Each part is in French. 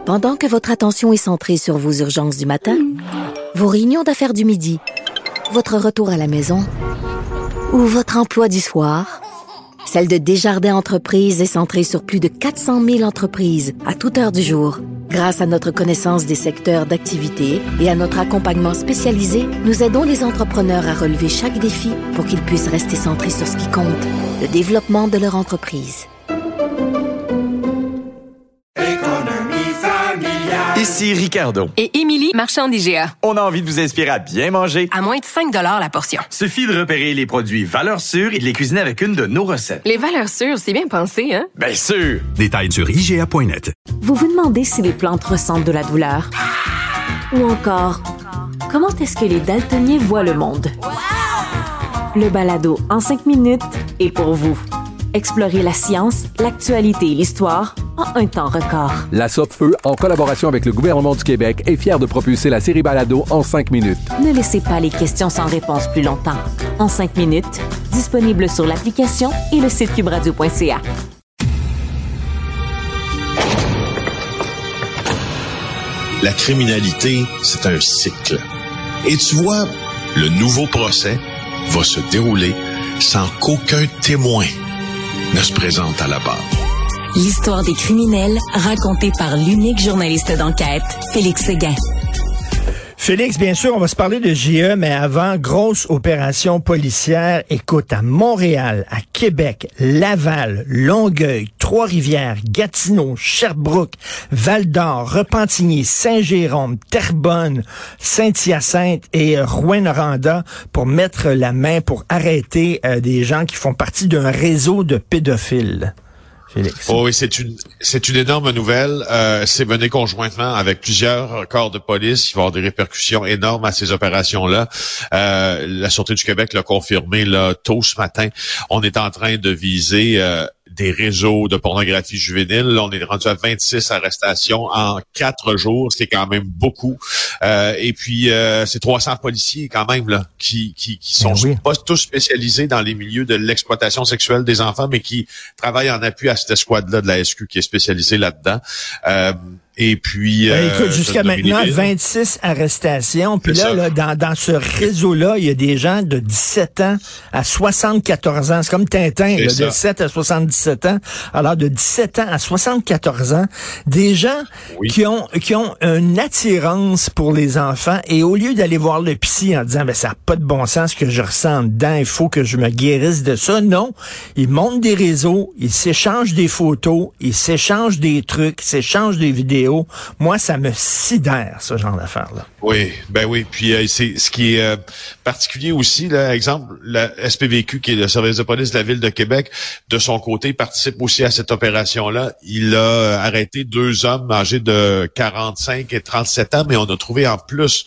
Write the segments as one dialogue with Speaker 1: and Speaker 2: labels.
Speaker 1: Pendant que votre attention est centrée sur vos urgences du matin, vos réunions d'affaires du midi, votre retour à la maison ou votre emploi du soir, celle de Desjardins Entreprises est centrée sur plus de 400 000 entreprises à toute heure du jour. Grâce à notre connaissance des secteurs d'activité et à notre accompagnement spécialisé, nous aidons les entrepreneurs à relever chaque défi pour qu'ils puissent rester centrés sur ce qui compte, le développement de leur entreprise.
Speaker 2: Ici Ricardo.
Speaker 3: Et Émilie, marchand d'IGA.
Speaker 2: On a envie de vous inspirer à bien manger.
Speaker 3: À moins de 5 $ la portion.
Speaker 2: Suffit de repérer les produits valeurs sûres et de les cuisiner avec une de nos recettes.
Speaker 3: Les valeurs sûres, c'est bien pensé, hein?
Speaker 2: Bien sûr!
Speaker 4: Détails sur IGA.net.
Speaker 5: Vous vous demandez si les plantes ressentent de la douleur? Ou encore, comment est-ce que les daltoniens voient le monde? Le balado en 5 minutes est pour vous. Explorez la science, l'actualité et l'histoire en un temps record.
Speaker 6: La Sopfeu, en collaboration avec le gouvernement du Québec, est fière de propulser la série Balado en 5 minutes.
Speaker 5: Ne laissez pas les questions sans réponse plus longtemps. En 5 minutes, disponible sur l'application et le site cubradio.ca.
Speaker 7: La criminalité, c'est un cycle. Et tu vois, le nouveau procès va se dérouler sans qu'aucun témoin ne se présente à la barre.
Speaker 5: L'histoire des criminels racontée par l'unique journaliste d'enquête, Félix Séguin.
Speaker 8: Félix, bien sûr, on va se parler de GE, mais avant, grosse opération policière. Écoute, à Montréal, à Québec, Laval, Longueuil, Trois-Rivières, Gatineau, Sherbrooke, Val-d'Or, Repentigny, Saint-Jérôme, Terrebonne, Saint-Hyacinthe et Rouyn-Noranda pour mettre la main, pour arrêter des gens qui font partie d'un réseau de pédophiles. Félix.
Speaker 9: Oh oui, c'est une énorme nouvelle. C'est mené conjointement avec plusieurs corps de police. Il va y avoir des répercussions énormes à ces opérations-là. La Sûreté du Québec l'a confirmé là, tôt ce matin. On est en train de viser des réseaux de pornographie juvénile. Là, on est rendu à 26 arrestations en 4 jours, ce qui est quand même beaucoup. Et puis, c'est 300 policiers quand même là qui sont pas tous spécialisés dans les milieux de l'exploitation sexuelle des enfants, mais qui travaillent en appui à cette escouade-là de la SQ qui est spécialisée là-dedans. Et puis,
Speaker 8: écoute, jusqu'à maintenant, 26 arrestations. Puis là, dans ce réseau-là, il y a des gens de 17 ans à 74 ans. C'est comme Tintin, là, de 17 à 77 ans. Alors, de 17 ans à 74 ans, des gens qui ont une attirance pour les enfants. Et au lieu d'aller voir le psy en disant, ça n'a pas de bon sens ce que je ressens dedans, il faut que je me guérisse de ça. Non, ils montent des réseaux, ils s'échangent des photos, ils s'échangent des trucs, ils s'échangent des vidéos. Moi, ça me sidère, ce genre d'affaires-là.
Speaker 9: Oui, ben oui. Puis c'est ce qui est particulier aussi, là, exemple, la SPVQ, qui est le service de police de la Ville de Québec, de son côté, participe aussi à cette opération-là. Il a arrêté 2 hommes âgés de 45 et 37 ans, mais on a trouvé en plus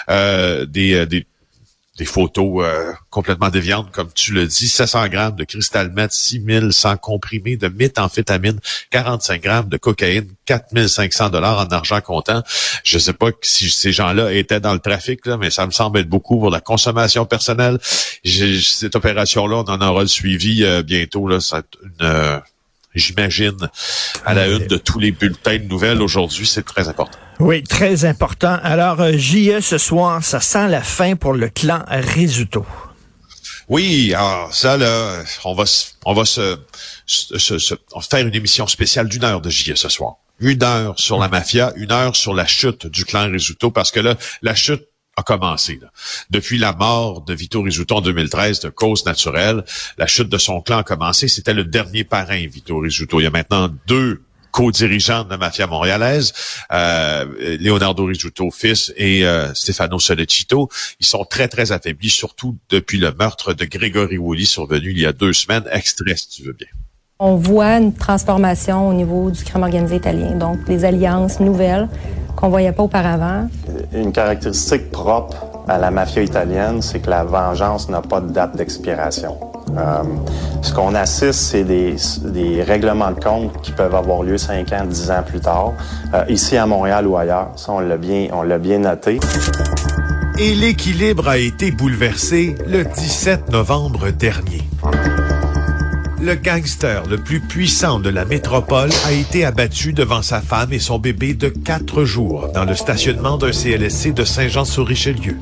Speaker 9: des photos complètement déviantes, comme tu le dis, 700 grammes de cristal meth, 6100 comprimés de méthamphétamine, 45 grammes de cocaïne, 4500 $ en argent comptant. Je sais pas si ces gens-là étaient dans le trafic, là, mais ça me semble être beaucoup pour la consommation personnelle. Cette opération-là, on en aura le suivi bientôt. Là, c'est j'imagine, à la une de tous les bulletins de nouvelles aujourd'hui. C'est très important.
Speaker 8: Oui, très important. Alors, JE ce soir, ça sent la fin pour le clan Rizzuto.
Speaker 9: Oui, alors ça là, on va se faire une émission spéciale d'1 heure de JE ce soir. 1 heure sur la mafia, 1 heure sur la chute du clan Rizzuto, parce que là, la chute a commencé. Là. Depuis la mort de Vito Rizzuto en 2013 de cause naturelle, la chute de son clan a commencé. C'était le dernier parrain, Vito Rizzuto. Il y a maintenant 2 co-dirigeants de la mafia montréalaise, Leonardo Rizzuto fils et Stefano Solecito. Ils sont très, très affaiblis, surtout depuis le meurtre de Grégory Woolley survenu il y a 2 semaines. Extrait, si tu veux bien.
Speaker 10: On voit une transformation au niveau du crime organisé italien, donc des alliances nouvelles qu'on voyait pas auparavant.
Speaker 11: Une caractéristique propre à la mafia italienne, c'est que la vengeance n'a pas de date d'expiration. Ce qu'on assiste, c'est des règlements de compte qui peuvent avoir lieu 5 ans, 10 ans plus tard, ici à Montréal ou ailleurs. Ça, on l'a bien noté.
Speaker 12: Et l'équilibre a été bouleversé le 17 novembre dernier.
Speaker 9: Le gangster le plus puissant de la métropole a été abattu devant sa femme et son bébé de 4 jours dans le stationnement d'un CLSC de Saint-Jean-sur-Richelieu.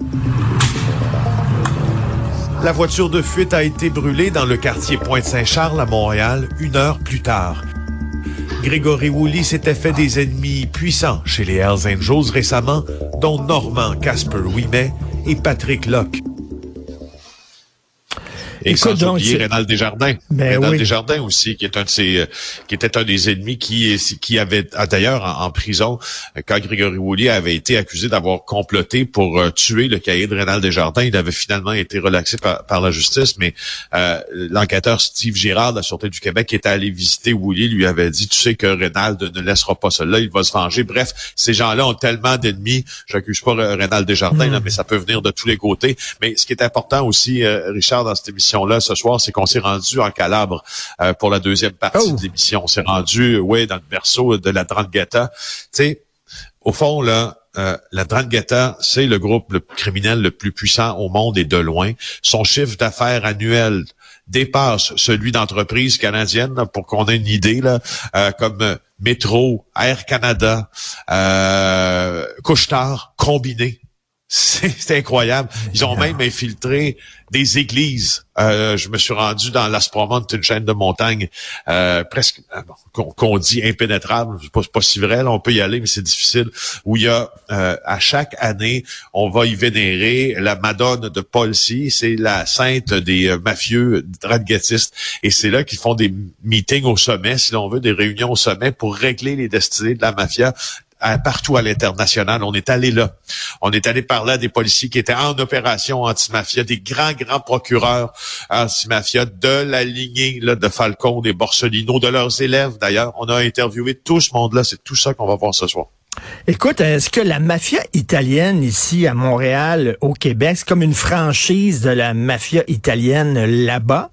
Speaker 9: La voiture de fuite a été brûlée dans le quartier Pointe-Saint-Charles à Montréal 1 heure plus tard. Grégory Woolley s'était fait des ennemis puissants chez les Hells Angels récemment, dont Normand Casper-Ouimet et Patrick Locke. Et sans oublier Rénal Desjardins. Rénal Desjardins aussi, qui est qui était un des ennemis qui avait, d'ailleurs, en prison, quand Grégory Woolley avait été accusé d'avoir comploté pour tuer le caïd Rénal Desjardins. Il avait finalement été relaxé par la justice, mais l'enquêteur Steve Girard de la Sûreté du Québec qui était allé visiter Woolley lui avait dit, tu sais que Rénal ne laissera pas cela, il va se venger. Bref, ces gens-là ont tellement d'ennemis. J'accuse pas Rénal Desjardins, là, mais ça peut venir de tous les côtés. Mais ce qui est important aussi, Richard, dans cette émission là ce soir, c'est qu'on s'est rendu en Calabre pour la deuxième partie de l'émission. On s'est rendu, dans le berceau de la 'Ndrangheta. Tu sais, au fond, là, la 'Ndrangheta, c'est le groupe criminel le plus puissant au monde et de loin. Son chiffre d'affaires annuel dépasse celui d'entreprises canadiennes, là, pour qu'on ait une idée, là, comme Métro, Air Canada, Couche-Tard, Combiné. C'est incroyable. Ils ont même infiltré des églises. Je me suis rendu dans l'Aspromont, une chaîne de montagne presque qu'on dit impénétrable. C'est pas si vrai, là, on peut y aller, mais c'est difficile. Où il y a à chaque année, on va y vénérer la Madone de Polsi. C'est la sainte des mafieux dranghètistes. Et c'est là qu'ils font des meetings au sommet, si l'on veut, des réunions au sommet pour régler les destinées de la mafia. Partout à l'international. On est allé là. On est allé parler à des policiers qui étaient en opération anti-mafia, des grands procureurs anti-mafia de la lignée là, de Falcon, des Borsellino, de leurs élèves d'ailleurs. On a interviewé tout ce monde-là. C'est tout ça qu'on va voir ce soir.
Speaker 8: Écoute, est-ce que la mafia italienne ici à Montréal, au Québec, c'est comme une franchise de la mafia italienne là-bas?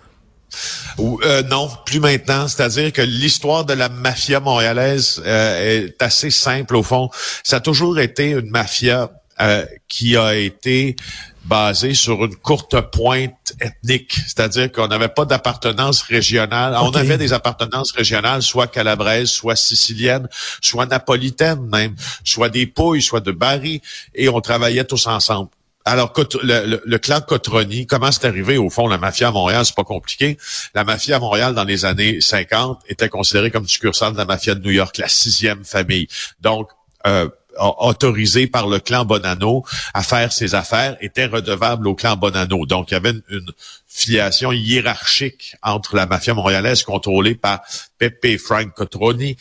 Speaker 9: Non, plus maintenant. C'est-à-dire que l'histoire de la mafia montréalaise est assez simple au fond. Ça a toujours été une mafia qui a été basée sur une courte pointe ethnique. C'est-à-dire qu'on n'avait pas d'appartenance régionale. Okay. On avait des appartenances régionales, soit calabraises, soit siciliennes, soit napolitaines même, soit des Pouilles, soit de Bari, et on travaillait tous ensemble. Alors, le clan Cotroni, comment c'est arrivé? Au fond, la mafia à Montréal, c'est pas compliqué. La mafia à Montréal, dans les années 50, était considérée comme succursale de la mafia de New York, la 6e famille. Donc, autorisé par le clan Bonanno à faire ses affaires, était redevable au clan Bonanno. Donc, il y avait une filiation hiérarchique entre la mafia montréalaise contrôlée par Pepe Frank Cotroni,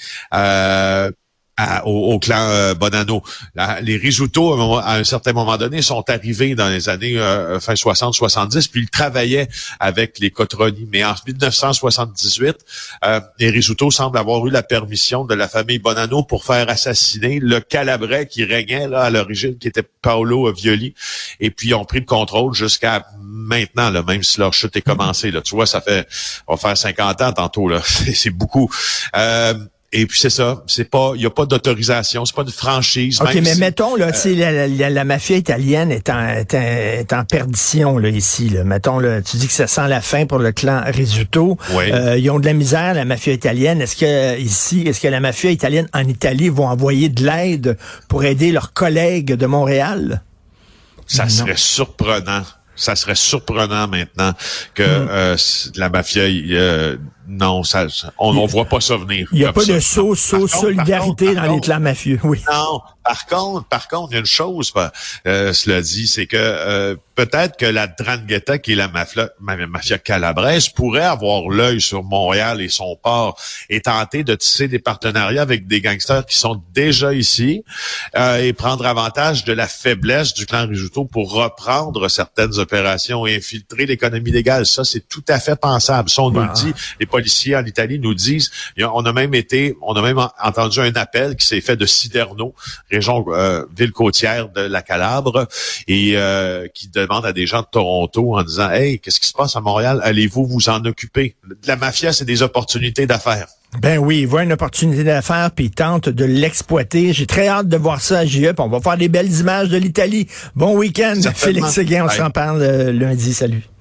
Speaker 9: au clan Bonanno. Les Risuto, à un certain moment donné, sont arrivés dans les années fin 60-70, puis ils travaillaient avec les Cotroni. Mais en 1978, les Risuto semblent avoir eu la permission de la famille Bonanno pour faire assassiner le Calabrais qui régnait là à l'origine, qui était Paolo Violi. Et puis, ils ont pris le contrôle jusqu'à maintenant, là, même si leur chute est commencée. Là. Tu vois, on va faire 50 ans tantôt. Là. C'est beaucoup. Et puis c'est ça, il y a pas d'autorisation, c'est pas une franchise.
Speaker 8: OK, mais mettons là, si la mafia italienne est en perdition là ici là. Mettons là, tu dis que ça sent la fin pour le clan Risuto. Oui. Ils ont de la misère, la mafia italienne. Est-ce que la mafia italienne en Italie vont envoyer de l'aide pour aider leurs collègues de Montréal?
Speaker 9: Ça serait surprenant. Ça serait surprenant maintenant que la mafia, non, on voit pas ça venir.
Speaker 8: Il n'y a pas de saut solidarité dans les clans mafieux, oui.
Speaker 9: Non, par contre, il y a une chose, cela dit, c'est que peut-être que la 'Ndrangheta, qui est la mafia calabraise, pourrait avoir l'œil sur Montréal et son port et tenter de tisser des partenariats avec des gangsters qui sont déjà ici et prendre avantage de la faiblesse du clan Risuto pour reprendre certaines opérations et infiltrer l'économie légale. Ça, c'est tout à fait pensable. Ça, on nous le dit. Les policiers en Italie nous disent. On a même entendu un appel qui s'est fait de Siderno, région ville côtière de la Calabre, et qui demande à des gens de Toronto en disant « Hey, qu'est-ce qui se passe à Montréal? Allez-vous vous en occuper? » La mafia, c'est des opportunités d'affaires.
Speaker 8: Ben oui, ils voient une opportunité d'affaires puis ils tentent de l'exploiter. J'ai très hâte de voir ça à JE. On va faire des belles images de l'Italie. Bon week-end, Félix Séguin. On s'en parle lundi. Salut.